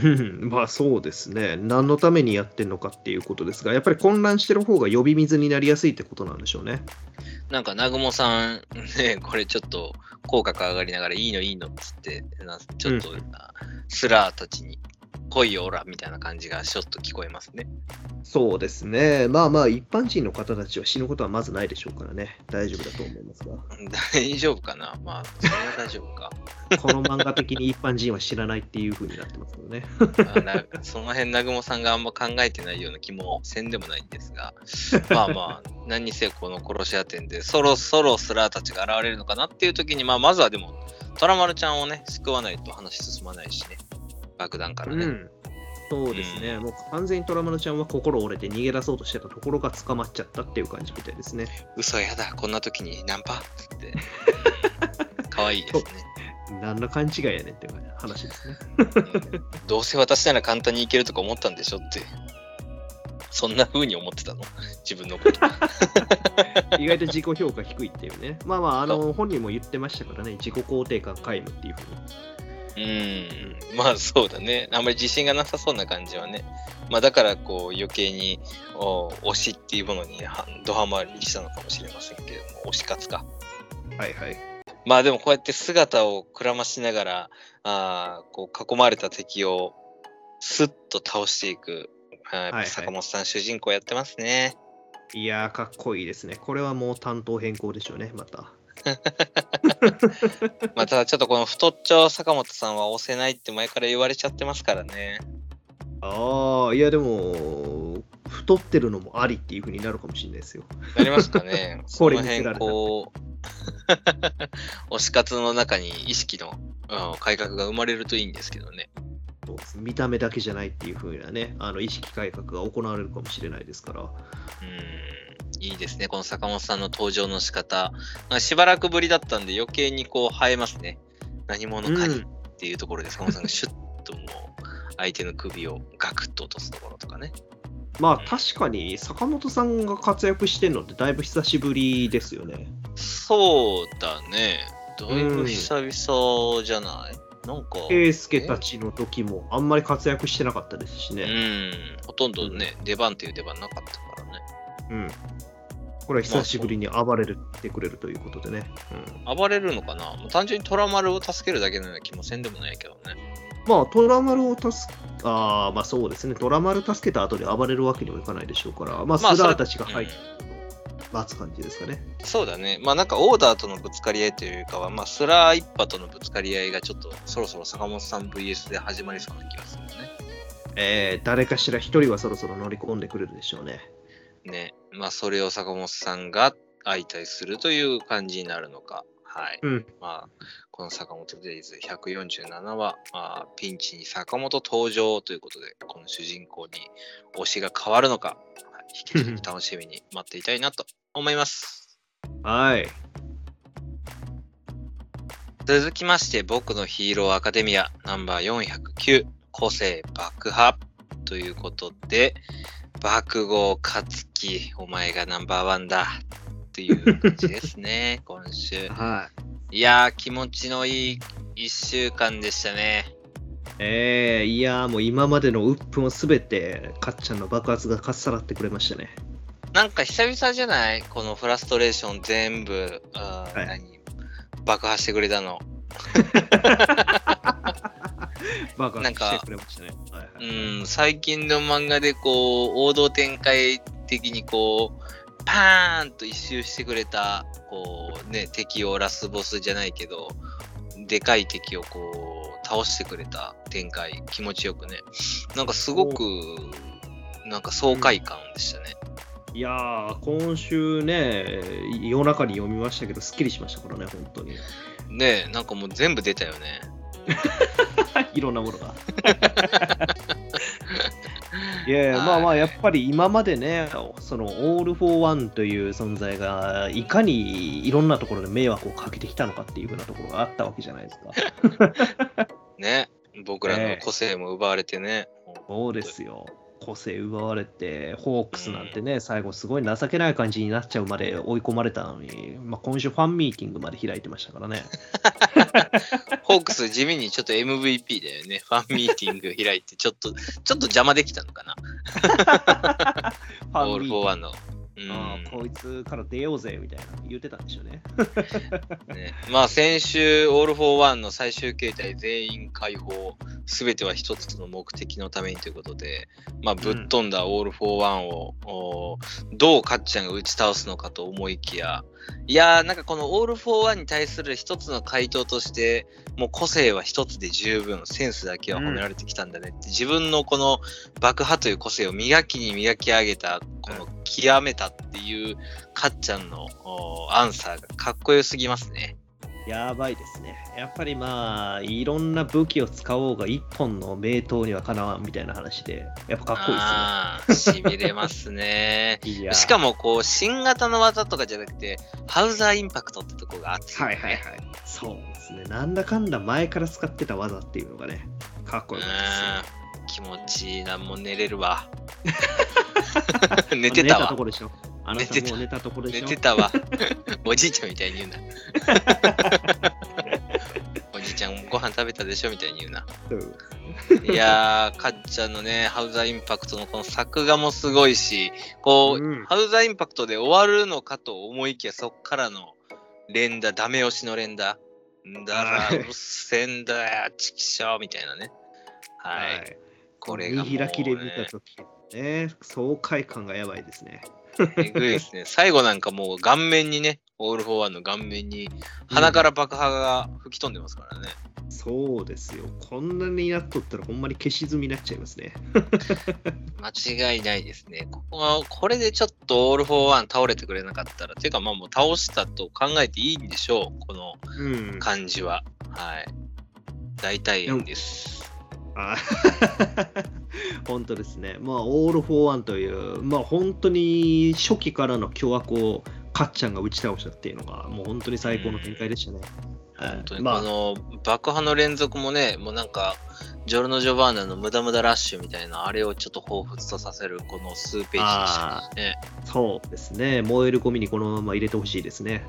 まあそうですね。何のためにやってんのかっていうことですが、やっぱり混乱してる方が呼び水になりやすいってことなんでしょうね。 なんか、南雲さん、ね、これちょっと口角上がりながらいいのいいのっつって、ちょっとスラーたちに来いよオラみたいな感じがちょっと聞こえますね。 そうですね。まあまあ、一般人の方たちは死ぬことはまずないでしょうからね。大丈夫だと思いますが。 大丈夫かな、まあ、それは大丈夫か。 この漫画的に一般人は知らないっていう風になってますけどね。 その辺、南雲さんがあんま考えてないような気もせんでもないんですが、まあまあ、何にせよこの殺し屋店でそろそろスラーたちが現れるのかなっていう時に、まあ、まずはでも、虎丸ちゃんをね、救わないと話進まないしね、爆弾からね。うんそうですね、うん、もう完全に虎丸ちゃんは心折れて逃げ出そうとしてたところが捕まっちゃったっていう感じみたいですね。 嘘やだ、こんな時にナンパって可愛いですね。 何の勘違いやねんって話ですね、 うん、どうせ私なら簡単にいけるとか思ったんでしょって、そんな風に思ってたの自分のこと意外と自己評価低いっていうね。まあまあ、あの本人も言ってましたからね、自己肯定感皆無っていう風に。 うーん、まあそうだね。あんまり自信がなさそうな感じはね。まあだからこう余計に推しっていうものにドハマりしたのかもしれませんけれども、推し活か。 はいはい。 まあでもこうやって姿をくらましながら、あこう囲まれた敵をスッと倒していく、はいはい、坂本さん主人公やってますね。 いやーかっこいいですね。これはもう担当変更でしょうね、また。 またちょっとこの太っちょ坂本さんは押せないって前から言われちゃってますからね。 ああ、いやでも太ってるのもありっていう風になるかもしれないですよ。 なりますかね。 これその辺こう推し活の中に意識の、うん、改革が生まれるといいんですけどね。 そうです。見た目だけじゃないっていう風なね、あの意識改革が行われるかもしれないですから。 うん、いいですね。この坂本さんの登場の仕方。しばらくぶりだったんで余計にこう映えますね。何者かにっていうところで坂本さんがシュッともう相手の首をガクッと落とすところとかね。 まあ確かに坂本さんが活躍してるのってだいぶ久しぶりですよね。 そうだね。だいぶ久々じゃない、うん、なんか。 圭介たちの時もあんまり活躍してなかったですしね。 うん。ほとんどね、うん、出番っていう出番なかったからね。 うん。これは久しぶりに暴れてくれるということでね。 うん、暴れるのかな、単純に虎丸を助けるだけのような気もせんでもないけどね。 まあ、虎丸を助け、ああ、まあそうですね。虎丸助けた後で暴れるわけにはいかないでしょうから、まあ、スラーたちが入って待つ感じですかね。 そうだね。まあなんかオーダーとのぶつかり合いというかは、まあスラー一派とのぶつかり合いがちょっとそろそろ坂本さん ブイエス で始まりそうな気がするね。 えー、誰かしら一人はそろそろ乗り込んでくれるでしょうね。 ね。まあそれを坂本さんが相対するという感じになるのか。はい。 うん、 まあ、この坂本デイズひゃくよんじゅうななわ、まあ、ピンチに坂本登場ということで、この主人公に推しが変わるのか、はい、引き続き楽しみに待っていたいなと思います。 はい。 続きまして、僕のヒーローアカデミアナンバーよんひゃくきゅう、個性爆破ということで、爆豪勝樹、お前がナンバーワンだ。という感じですね、今週。 はい。 いやー、気持ちのいいいっしゅうかんでしたね。 えー、いやー、もう今までの鬱憤をすべて、かっちゃんの爆発がかっさらってくれましたね。 なんか久々じゃない？このフラストレーション全部、あ、はい、何爆破してくれたの。 爆破してくれましたね。 はいはい、うん、最近の漫画でこう、王道展開的にこう、パーンと一周してくれたこう、ね、敵をラスボスじゃないけどでかい敵をこう倒してくれた展開、気持ちよくね、なんかすごくなんか爽快感でしたね。 いやー、今週ね、夜中に読みましたけどすっきりしましたからね、本当にね。なんかもう全部出たよね。 いろんなものがいやいや、まあまあやっぱり今までね、そのオール・フォー・ワンという存在がいかにいろんなところで迷惑をかけてきたのかっていう風なところがあったわけじゃないですか。 ね、僕らの個性も奪われてね。 えー、そうですよ。個性奪われて、ホークスなんてね、うん、最後すごい情けない感じになっちゃうまで追い込まれたのに、まあ、今週ファンミーティングまで開いてましたからね。 ホークス地味にちょっと エムブイピー だよね。ファンミーティング開いて、ちょっと、ちょっと邪魔できたのかな。オール・フォー・ワンの。 うん、あこいつから出ようぜみたいな言ってたんでしょうね。 ね、まあ先週オール・フォー・ワンの最終形態全員解放、すべては一つの目的のためにということで、まあ、ぶっ飛んだオール・フォー・ワンを、うん、どうかっちゃんが打ち倒すのかと思いきや、いやーなんかこのオール・フォー・ワンに対する一つの回答として、もう個性は一つで十分、センスだけは褒められてきたんだねって、うん、自分のこの爆破という個性を磨きに磨き上げた、この極めたっていうかっちゃんのアンサーがかっこよすぎますね。 やばいですね。やっぱりまあいろんな武器を使おうが一本の名刀にはかなわんみたいな話で、やっぱかっこいいですね。 ああ、しびれますね。いやしかもこう新型の技とかじゃなくてハウザーインパクトってとこがあって、ね、はいはいはい。 そうですね。なんだかんだ前から使ってた技っていうのがね、かっこいいですね。 気持ちいいな、もう寝れるわ。寝てたわ。寝たとこでしょ。 あなたもう寝たとこでしょ。 寝てたわ。おじいちゃんみたいに言うな。おじいちゃんご飯食べたでしょみたいに言うな。うん、いやー、かっちゃんのね、ハウザーインパクトのこの作画もすごいし、こう、うん、ハウザーインパクトで終わるのかと思いきや、そっからの連打、ダメ押しの連打。んだら、うっせんだよ、チキショーみたいなね。はい。はい、 これが、ね、見開きで見たとき、ね、爽快感がやばいですね。 えぐいですね。最後なんかもう顔面にね、オール・フォー・ワンの顔面に鼻から爆破が吹き飛んでますからね。 そうですよ。こんなになっとったらほんまに消し済みになっちゃいますね。 間違いないですね。ここは、これでちょっとオール・フォー・ワン倒れてくれなかったら、ていうかまあもう倒したと考えていいんでしょう、この感じは。うん、はい。大体円です。 あ本当ですね。まあ、オール・フォー・ワンという、まあ本当に初期からの巨悪をかっちゃんが打ち倒したっていうのが、もう本当に最高の展開でしたね。 本当にこの爆破の連続もね、もうなんか、ジョルノ・ジョバーナのムダムダラッシュみたいな、あれをちょっと彷彿とさせるこの数ページでしたね。 そうですね。燃えるゴミにこのまま入れてほしいですね。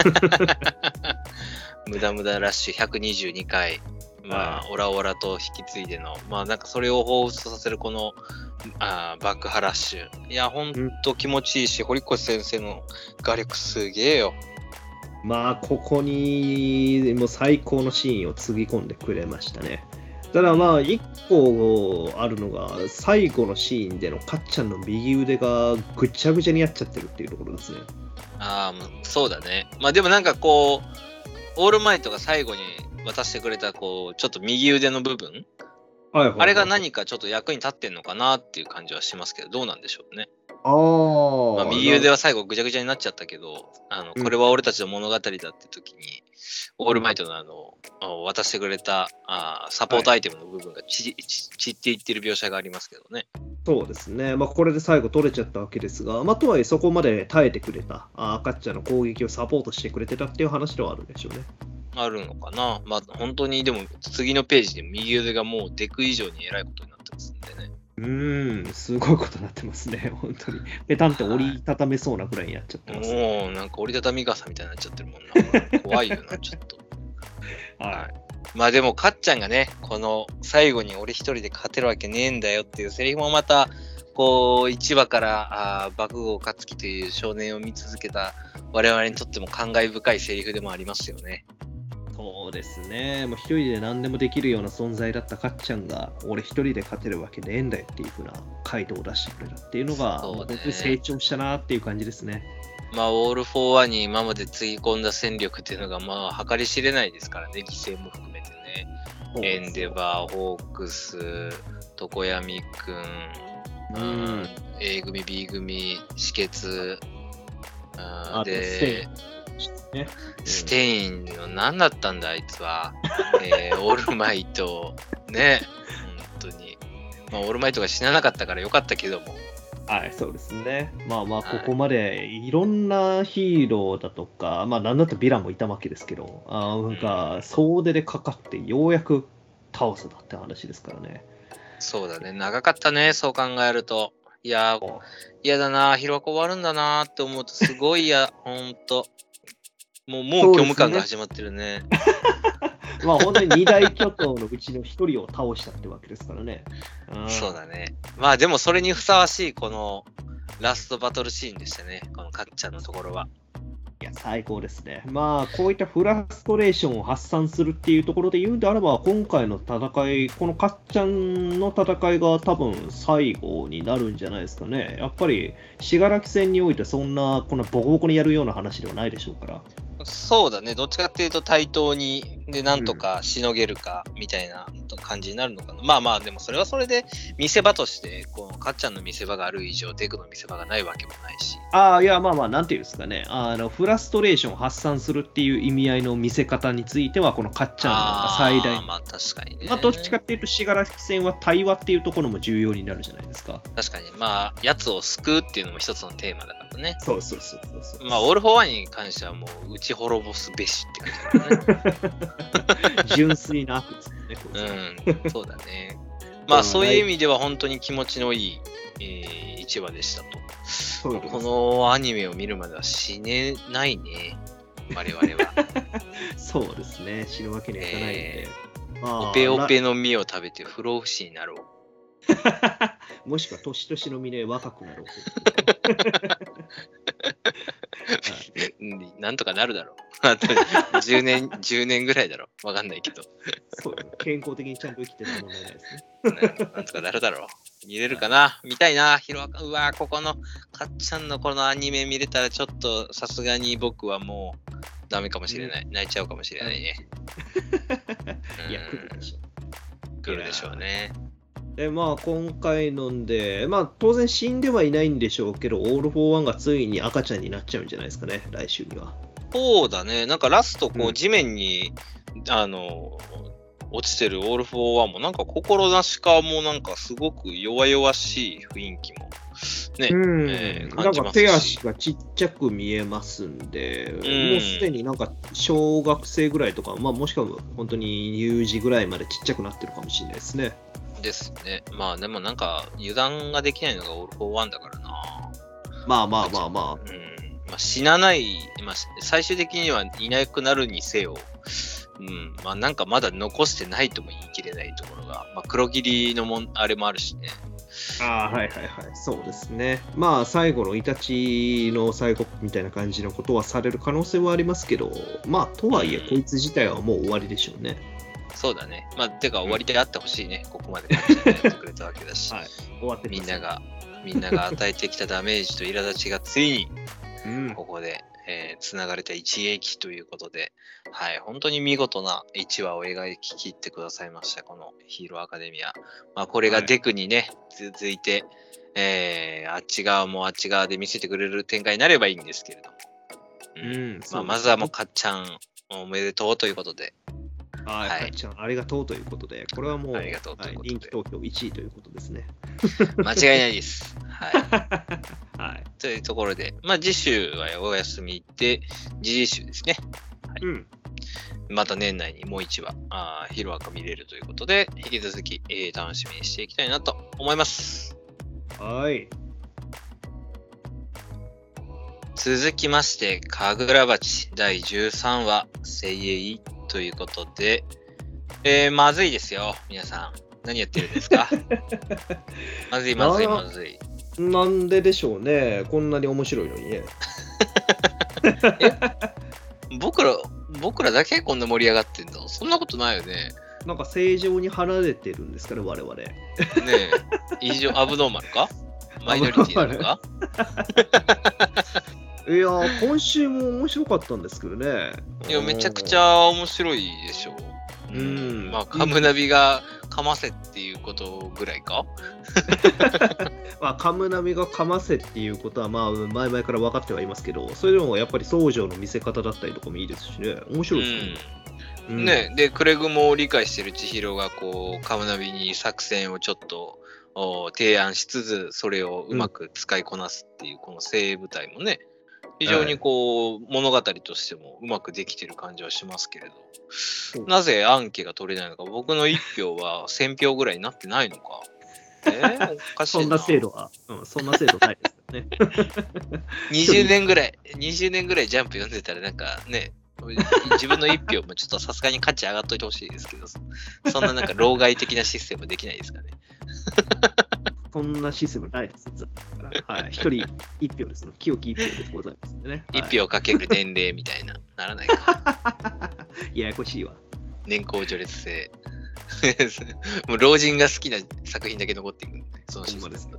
ムダムダラッシュひゃくにじゅうにかい、まあ、オラオラと引き継いでの、まあなんかそれを彷彿とさせるこのあ爆破ラッシュ。いや、ほんと気持ちいいし、うん、堀越先生の画力すげえよ。 まあ、ここにもう最高のシーンをつぎ込んでくれましたね。ただまあ、一個あるのが、最後のシーンでのかっちゃんの右腕がぐちゃぐちゃにやっちゃってるっていうところですね。 ああ、そうだね。まあでもなんかこう、オールマイトが最後に渡してくれた、こう、ちょっと右腕の部分、はいはいはい、あれが何かちょっと役に立ってんのかなっていう感じはしますけど、どうなんでしょうね。 あ、 まあ、右腕は最後ぐちゃぐちゃになっちゃったけど、あのこれは俺たちの物語だって時に、うん、オールマイトのあの渡してくれたあサポートアイテムの部分が散、はい、っていってる描写がありますけどね。 そうですね、まあ、これで最後取れちゃったわけですが、まあ、とはいえそこまで耐えてくれた、あカッチャの攻撃をサポートしてくれてたっていう話ではあるんでしょうね。 あるのかな。まあ本当にでも次のページで右腕がもうデク以上に偉いことになってますんでね。 うーん、すごいことになってますね、本当に。ペタンって折りたためそうなぐらいにやっちゃってます、 ね。もうなんか折りたたみ傘みたいになっちゃってるもんな。怖いよな、ちょっと。はい。まあでも、かっちゃんがね、この最後に俺一人で勝てるわけねえんだよっていうセリフもまた、こう、いちわからあ爆豪勝樹という少年を見続けた我々にとっても感慨深いセリフでもありますよね。 そうですね、もう一人で何でもできるような存在だったかっちゃんが、俺一人で勝てるわけねえんだよっていう風な回答を出してくれるっていうのが、本当に成長したなっていう感じですね。 まあ、オール・フォー・ワンに今までつぎ込んだ戦力っていうのが、まあ、計り知れないですからね、犠牲も含めてね。エンデバー、ホークス、常闇くん、うん、A 組、B 組、止血、あで、ね、ステインの何だったんだあいつは、えー、オールマイトね、本当に、まあ、オールマイトが死ななかったからよかったけども、 はい、そうですね。まあまあ、ここまでいろんなヒーローだとか、はい、まあなんだったらヴィランもいたわけですけど、あなんか総出でかかってようやく倒せたって話ですからね。 そうだね、長かったね、そう考えると。いやー、嫌だな、ヒロアカ終わるんだなって思うとすごい嫌、ほんと。もう、もう虚無感が始まってるね。 まあ本当に二大巨頭のうちの一人を倒したってわけですからね。 そうだね。まあでもそれにふさわしいこのラストバトルシーンでしたね。このかっちゃんのところは。 いや、最高ですね。まあこういったフラストレーションを発散するっていうところで言うんであれば、今回の戦い、このかっちゃんの戦いが多分最後になるんじゃないですかね。やっぱり信楽戦においてそんなこんなボコボコにやるような話ではないでしょうから。 そうだね、どっちかっていうと対等にでなんとかしのげるかみたいな感じになるのかな、うん、まあまあでもそれはそれで見せ場としてこのかっちゃんの見せ場がある以上デクの見せ場がないわけもないし、 ああいやまあまあなんていうんですかね、あのフラストレーションを発散するっていう意味合いの見せ方についてはこのかっちゃんが最大、 あまあ確かにね、 まあどっちかっていうと信楽戦は対話っていうところも重要になるじゃないですか。 確かにまあやつを救うっていうのも一つのテーマだからね。 そうそうそうそうそう。 まあオール・フォー・ワンに関してはもう打ち滅ぼすべしって感じだね。 純粋な悪ですね。 うん、そうだね。まあそういう意味では本当に気持ちのいい、えー、いちわでしたと。そうこのアニメを見るまでは死ねないね、我々は。 そうですね、死ぬわけにはいかないので。えーまあ、オペオペの実を食べて不老不死になろう。 もしくは年々の身で若くなろう。 なんとかなるだろう。じゅうねん、じゅうねんぐらいだろう。わかんないけど。 そう健康的にちゃんと生きてる問題ないですね。なんとかなるだろう。見れるかな、見たいな。ヒロアカ、うわここのかっちゃんのこのアニメ見れたらちょっとさすがに僕はもうダメかもしれない。泣いちゃうかもしれないね。 いや、来るでしょ。 来るでしょうね。 で、まあ、今回ので、まあ、当然死んではいないんでしょうけど、オール・フォー・ワンがついに赤ちゃんになっちゃうんじゃないですかね、来週には。 そうだね。なんかラスト、こうう、地面に、うん、あの、落ちてるオール・フォー・ワンも、なんか心なしかも、なんかすごく弱々しい雰囲気も、ね、 うんえー、 なんか手足がちっちゃく見えますんで、うん、もうすでになんか小学生ぐらいとか、まあ、もしくは本当に幼児ぐらいまでちっちゃくなってるかもしれないですね。 ですね。まあでもなんか油断ができないのがオール・フォー・ワンだからな。 まあまあまあまあ。 うんまあ、死なない、まあ、最終的にはいなくなるにせよ、うんまあ、なんかまだ残してないとも言い切れないところが、まあ、黒霧のもんあれもあるしね。 ああ、はいはいはい、そうですね。まあ、最後のイタチの最後みたいな感じのことはされる可能性はありますけど、まあ、とはいえ、こいつ自体はもう終わりでしょうね。 そうだね。まあ、てか、終わりであってほしいね。ここまでやってくれたわけだし、はい、 終わってみんなが、みんなが与えてきたダメージと苛立ちがついに、ここで、えー、つながれた一撃ということで、はい、本当に見事ないちわを描き切ってくださいました、このヒーローアカデミア。まあ、これがデクにね、はい、続いて、えー、あっち側もあっち側で見せてくれる展開になればいいんですけれども。うんうんまあ、まずはもうかっちゃんおめでとうということで。 はい、かっちゃんありがとうということで、これはもう、 ありがとうということで、 人気投票いちいということですね。 間違いないです。はい。はい、というところで、まあ、次週はお休みで、次々週ですね。はいうん、また年内にもういちわ、あヒロアカ見れるということで、引き続き、えー、楽しみにしていきたいなと思います。 はい。 続きまして、かぐら鉢だいじゅうさんわ、精鋭ということで、えー、まずいですよ、皆さん。何やってるんですかまずいまずいまずい。 なんででしょうね。こんなに面白いのにね。 え僕ら、僕らだけこんな盛り上がってんの？そんなことないよね。 なんか正常に離れてるんですかね、我々。ねえ、異常、アブノーマルかマイノリティなのかいやー、今週も面白かったんですけどね。 いや、めちゃくちゃ面白いでしょう。うん。まあ、カムナビがかませっていうことぐらいかまあ、カムナビがかませっていうことは、まあ、前々から分かってはいますけど、それでもやっぱり宗城の見せ方だったりとかもいいですしね。面白いですね。 うんうん、ねで、クレグも理解してる千尋が、こう、カムナビに作戦をちょっと提案しつつ、それをうまく使いこなすっていう、この精鋭部隊もね、非常にこう、はい、物語としてもうまくできてる感じはしますけれど、なぜアンケが取れないのか、僕のいち票はせん票ぐらいになってないのか。えー、おかしいな。 そんな制度は、うん、そんな制度ないですよね。 にじゅうねんぐらい、にじゅうねんぐらいジャンプ読んでたらなんかね、自分のいち票もちょっとさすがに価値上がっといてほしいですけど、そんななんか老害的なシステムできないですかね。 そんなシステムないです。はい、一人一票ですの。清き一票でございますんでね。 一票かける年齢みたいな、ならないか。 ややこしいわ。 年功序列制。もう老人が好きな作品だけ残っていく。そのシステムです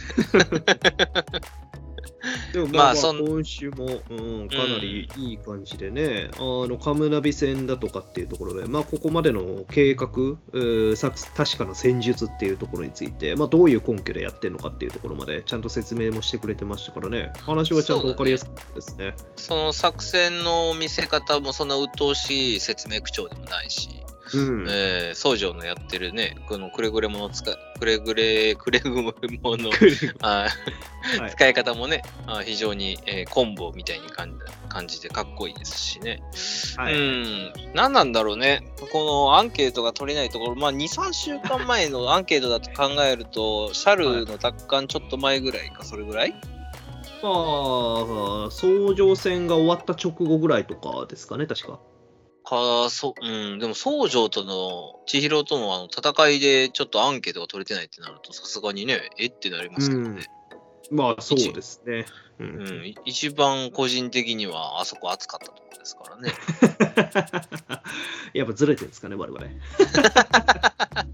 でもまあ、まあ、そん今週も、うん、かなりいい感じでね、うん、あのカムナビ戦だとかっていうところで、まあ、ここまでの計画、えー、確かな戦術っていうところについて、まあ、どういう根拠でやってるのかっていうところまでちゃんと説明もしてくれてましたからね、話はちゃんと分かりやすかったですね。 その作戦の見せ方もそんな鬱陶しい説明口調でもないし、うんえー、宗城のやってるね、このくれぐれもの使い、くれぐれ、くれぐれものあ、はい、使い方もね、あ非常に、えー、コンボみたいに感じ、感じてかっこいいですしね。はい、うん。何なんだろうね。このアンケートが取れないところ、まあに、さんしゅうかんまえのアンケートだと考えると、シャルの奪還ちょっと前ぐらいか、それぐらいまあ、宗城戦が終わった直後ぐらいとかですかね、確か。 かそうん、でも宗城との千尋とのあの戦いでちょっとアンケートが取れてないってなるとさすがにねえってなりますけどね、 うん、まあそうですね、 うんうん、一番個人的にはあそこ熱かったところですからねやっぱずれてるんですかね我々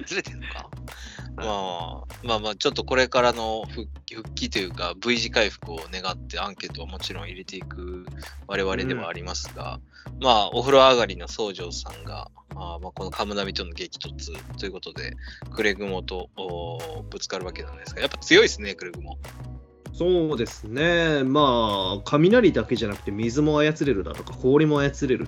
ずれてるのかまあ、まあまあ、ちょっとこれからの復帰、復帰というか V 字回復を願ってアンケートはもちろん入れていく我々ではありますが、うん、まあ、お風呂上がりの宗城さんが、あまあこのカムナビとの激突ということで、クレグモとぶつかるわけなんですが、やっぱ強いですね、クレグモ。 そうですね、まあ、雷だけじゃなくて水も操れるだとか、氷も操れるって、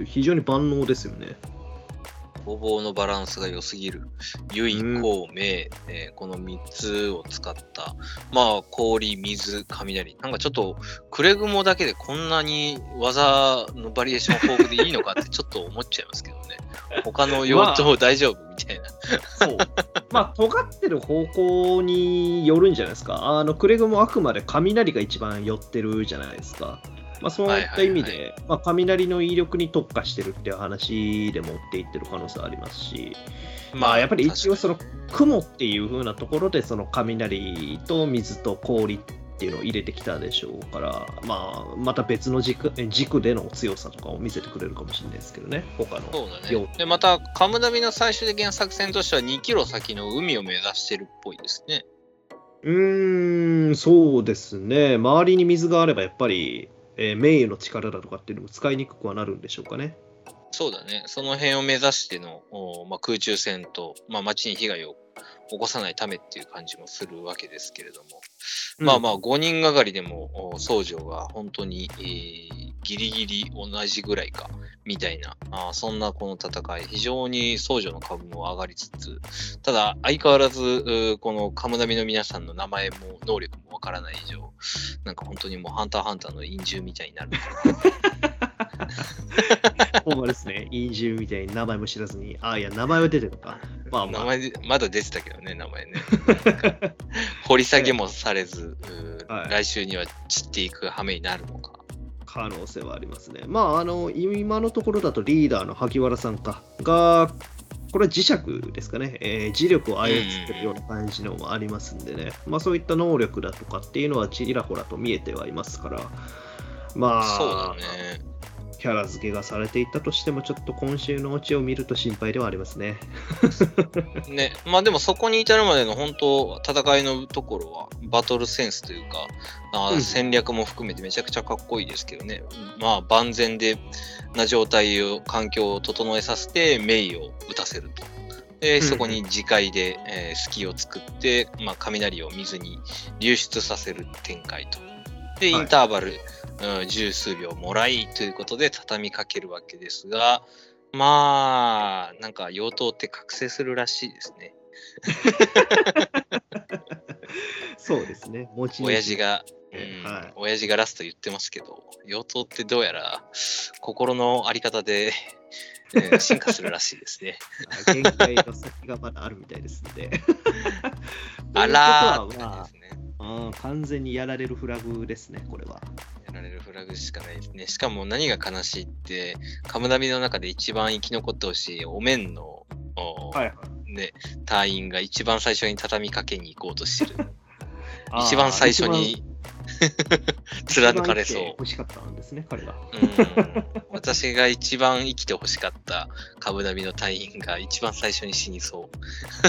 非常に万能ですよね。 攻防のバランスが良すぎる。唯、光、明、えー、このみっつを使った、まあ、氷、水、雷。なんかちょっと、クレグモだけでこんなに技のバリエーション豊富でいいのかってちょっと思っちゃいますけどね。他の用途大丈夫みたいな。 そう。まあ、尖ってる方向によるんじゃないですか。あの、クレグモあくまで雷が一番寄ってるじゃないですか。まあ、そういった意味で、はいはいはい、まあ、雷の威力に特化してるっていう話で持っていってる可能性ありますし、まあ、やっぱり一応その雲っていう風なところでその雷と水と氷っていうのを入れてきたでしょうから、まあ、また別の 軸, 軸での強さとかを見せてくれるかもしれないですけどね、他の。 そうだね。で、またカムナビの最終的な作戦としてはにキロ先の海を目指してるっぽいですね。 うーん、そうですね。周りに水があればやっぱりえー、名誉の力だとかっていうのも使いにくくはなるんでしょうかね。 そうだね。その辺を目指しての、まあ、空中戦と、まあ、街に被害を起こさないためっていう感じもするわけですけれども、うん、まあまあごにんがかりでも宗城が本当に、えー、ギリギリ同じぐらいかみたいな、あそんなこの戦い、非常に宗城の株も上がりつつ、ただ相変わらずこのカムナビの皆さんの名前も能力もわからない以上、なんか本当にもうハンターハンターの陰獣みたいになる。 ほんまですね。陰獣みたいに名前も知らずに、ああ、いや、名前は出てるのか。 まあまあ、名前まだ出てたけどね、名前ね。掘り下げもされず、はい、来週には散っていく羽目になるのか。 可能性はありますね。まあ、あの、今のところだとリーダーの萩原さんかが、これは磁石ですかね、えー、磁力を操ってるような感じのもありますんでね、まあそういった能力だとかっていうのはちらほらと見えてはいますから、まあ、 そうだね。 キャラ付けがされていたとしても、ちょっと今週のオチを見ると心配ではありますね。 ね、まあでもそこに至るまでの本当、戦いのところは、バトルセンスというか、あうん、戦略も含めてめちゃくちゃかっこいいですけどね、まあ万全でな状態を、環境を整えさせて、メイを打たせると。で、そこに自界で、えー、隙を作って、まあ、雷を水に流出させる展開と。で、インターバル、はい、うん、十数秒もらいということで畳みかけるわけですが、まあ、なんか、妖刀って覚醒するらしいですね。 そうですね。 もち親父が、うんはい、親父がラスト言ってますけど、妖刀ってどうやら心のあり方で、えー、進化するらしいですね。 限界の先がまだあるみたいですので。 あらーって感じですね。 あ完全にやられるフラグですね、これは。 やられるフラグしかないですね。しかも何が悲しいって、カムナビの中で一番生き残ってほしいお面の、はいはいね、隊員が一番最初に畳みかけに行こうとしてる。一番最初に貫かれそう。 欲しかったんですね、彼が。 うん私が一番生きてほしかったカムナビの隊員が一番最初に死にそう。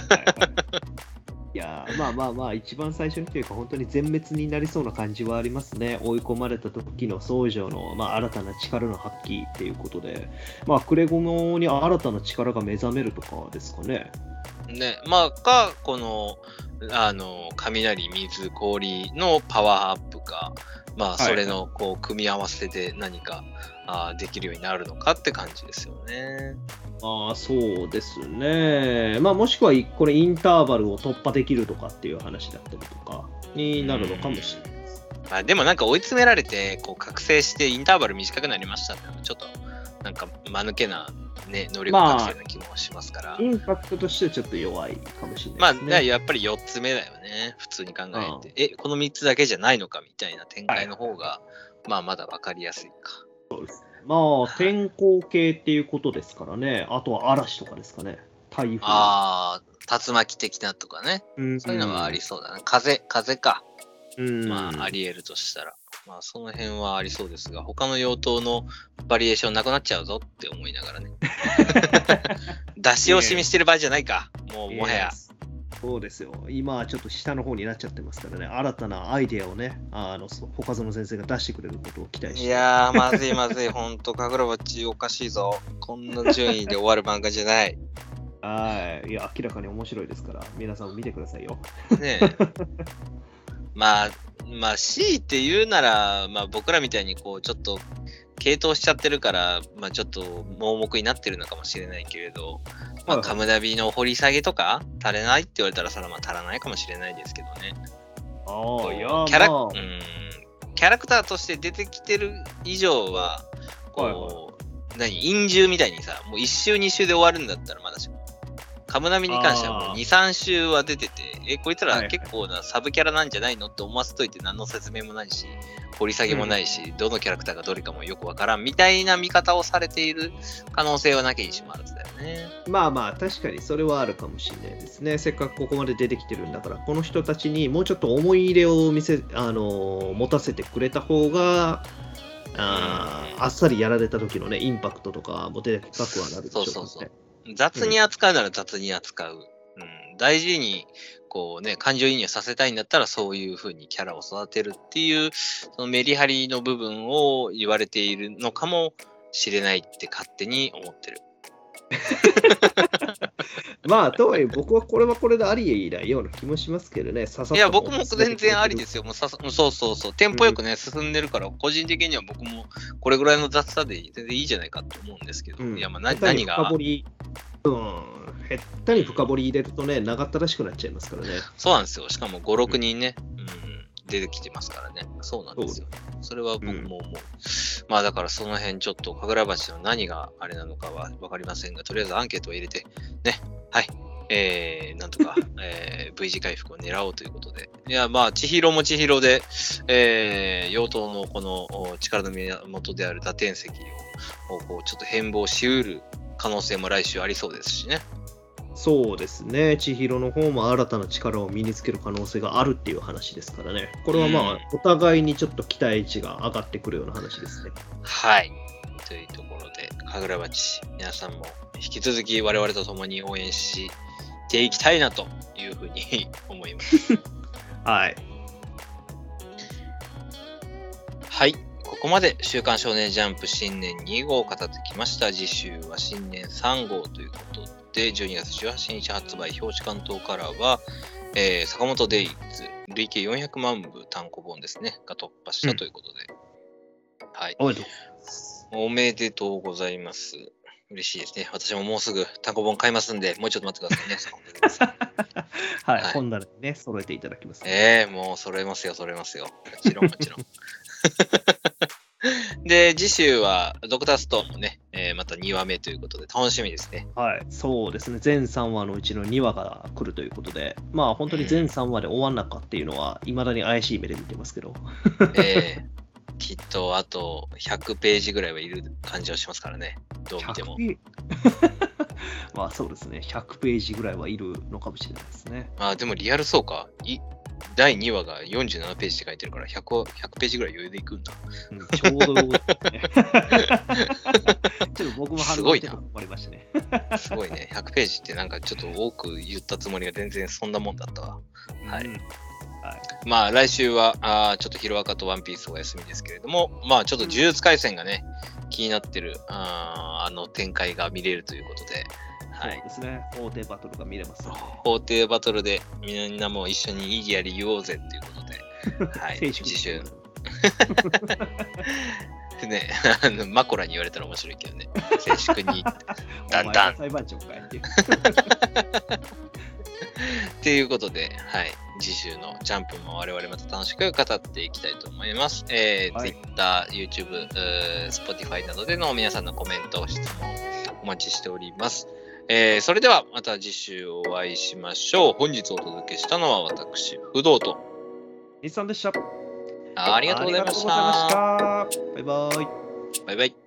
はいはいいやまあまあまあ、一番最初にというか、本当に全滅になりそうな感じはありますね。追い込まれた時の宗城の、まあ、新たな力の発揮っていうことで、まあ、クレゴモに新たな力が目覚めるとかですかね。 ね、まあ、か、この、あの、雷、水、氷のパワーアップか、まあ、それの、こう、組み合わせで何か、あできるようになるのかって感じですよね。 ああ、そうですね。まあ、もしくは、これ、インターバルを突破できるとかっていう話だったりとかになるのかもしれないです。 まあ、でもなんか追い詰められて、こう、覚醒してインターバル短くなりましたってちょっと、なんか、間抜けな、ね、能力覚醒な気もしますから、まあ。 インパクトとしてはちょっと弱いかもしれないですね。 まあ、やっぱりよっつめだよね。普通に考えて。え、このみっつだけじゃないのかみたいな展開の方が、はい、まあ、まだ分かりやすいか。 そうですね。まあ、天候系っていうことですからね。あとは嵐とかですかね。台風。 ああ、竜巻的なとかね。うん、そういうのはありそうだね。風、風か。うん。まあ、あり得るとしたら。 まあその辺はありそうですが、他の用途のバリエーションなくなっちゃうぞって思いながらね。出し惜しみしてる場合じゃないか。もうもはや。 そうですよ。今はちょっと下の方になっちゃってますからね。新たなアイデアをね、あの他園先生が出してくれることを期待して。 いやー、まずいまずい。ほんと、かぐらばっちおかしいぞ。こんな順位で終わる漫画じゃない。 はい。いや、明らかに面白いですから、皆さんも見てくださいよ。 ねえ。まあ、まあ C って言うなら、まあ僕らみたいにこうちょっと系統しちゃってるから、まあちょっと盲目になってるのかもしれないけれど、まあカムダビの掘り下げとか足れないって言われたらそれはまあ足らないかもしれないですけどね。 ああ、いや、 キャラ、 まあ、 うん、キャラクターとして出てきてる以上は、こう、 はいはい、 何、陰獣みたいにさ、もういっ周に周で終わるんだったらまだしも。カムナミに関してはもうに、さん周は出てて、え、こいつら結構なサブキャラなんじゃないのって思わせといて何の説明もないし、掘り下げもないし、うん、どのキャラクターがどれかもよくわからんみたいな見方をされている可能性はなきにしもあらずだよね。 まあまあ、確かにそれはあるかもしれないですね。せっかくここまで出てきてるんだから、この人たちにもうちょっと思い入れを見せ、あの持たせてくれた方が、あ, あっさりやられた時のね、インパクトとかもでかくはなるでしょうね。 そうそうそう。雑に扱うなら雑に扱う。うん、大事にこうね、感情移入させたいんだったらそういう風にキャラを育てるっていうそのメリハリの部分を言われているのかもしれないって勝手に思ってる。 まあとはいえ僕はこれはこれでありえないような気もしますけどね。ささいや僕も全然ありですよ。もうさそうそうそうテンポよくね、うん、進んでるから個人的には僕もこれぐらいの雑さで全然いいじゃないかと思うんですけど、うん、いやまあ何何がうん、へったに深掘り入れるとね、長ったらしくなっちゃいますからね。 そうなんですよ。しかもご、ろくにんね、うんうん、出てきてますからね。そうなんですよ。それは僕も思う。うん、まあだからその辺ちょっと神楽橋の何があれなのかは分かりませんが、とりあえずアンケートを入れて、ね、はい、えー、なんとか、えー、ブイ 字回復を狙おうということで。いや、まあ、千尋も千尋で、えー、妖刀のこの力の源である打天石をこうちょっと変貌しうる可能性も来週ありそうですしね。 そうですね。千尋の方も新たな力を身につける可能性があるっていう話ですからね。これはまあ、うん、お互いにちょっと期待値が上がってくるような話ですね。 はい。というところで、神楽町、皆さんも引き続き我々と共に応援していきたいなというふうに思います。 はい。 はい。ここまで週刊少年ジャンプ新年に号を語ってきました。次週は新年さん号ということで、じゅうにがつじゅうはちにち発売、表紙関東からは、えー、坂本デイズ、累計よんひゃくまんぶ単行本ですね、が突破したということで。うん、はい。 おめでとうございます。 おめでとうございます。嬉しいですね。私ももうすぐ単行本買いますんで、もうちょっと待ってくださいね。 はい、はい、本棚にね、揃えていただきます、ね。 ええー、もう揃えますよ、揃えますよ。もちろん、もちろん。で、次週はドクターストーンもね、えー、またにわめということで楽しみですね。 はい、そうですね。全さんわのうちのにわが来るということで、まあ本当に全さんわで終わんなかっていうのは、いまだに怪しい目で見てますけど。 ええーきっとあとひゃくページぐらいはいる感じはしますからね。どう見ても。 まあそうですね。ひゃくページぐらいはいるのかもしれないですね。 ああ、でもリアルそうか。いだいにわがよんじゅうななページって書いてるからひゃく、ひゃくページぐらい余裕でいくんだ。 うん、ちょうど、ね、ちょっと僕もすごいな。 困りましたね。 すごいね。ひゃくページってなんかちょっと多く言ったつもりが全然そんなもんだったわ。はい。うんはい、まあ来週はあちょっとヒロアカとワンピースお休みですけれども、まあちょっと呪術廻戦がね、気になってる あ, あの展開が見れるということで、 はい、そうですね。法廷バトルが見れます、ね。 法廷バトルでみんなも一緒に意義あり言おうぜっていうことで、はい、次週。ね、あのマコラに言われたら面白いけどね。静粛にだんだん。 裁判長かいって。 っていうことで、はい、次週のジャンプも我々また楽しく語っていきたいと思います。えーはい、Twitter、YouTube、Spotify などでの皆さんのコメント、質問お待ちしております。えー、それではまた次週お会いしましょう。本日お届けしたのは私、不動と日産でした。 ありがとうございました。 ありがとうございました。バイバイ。 バイバイ。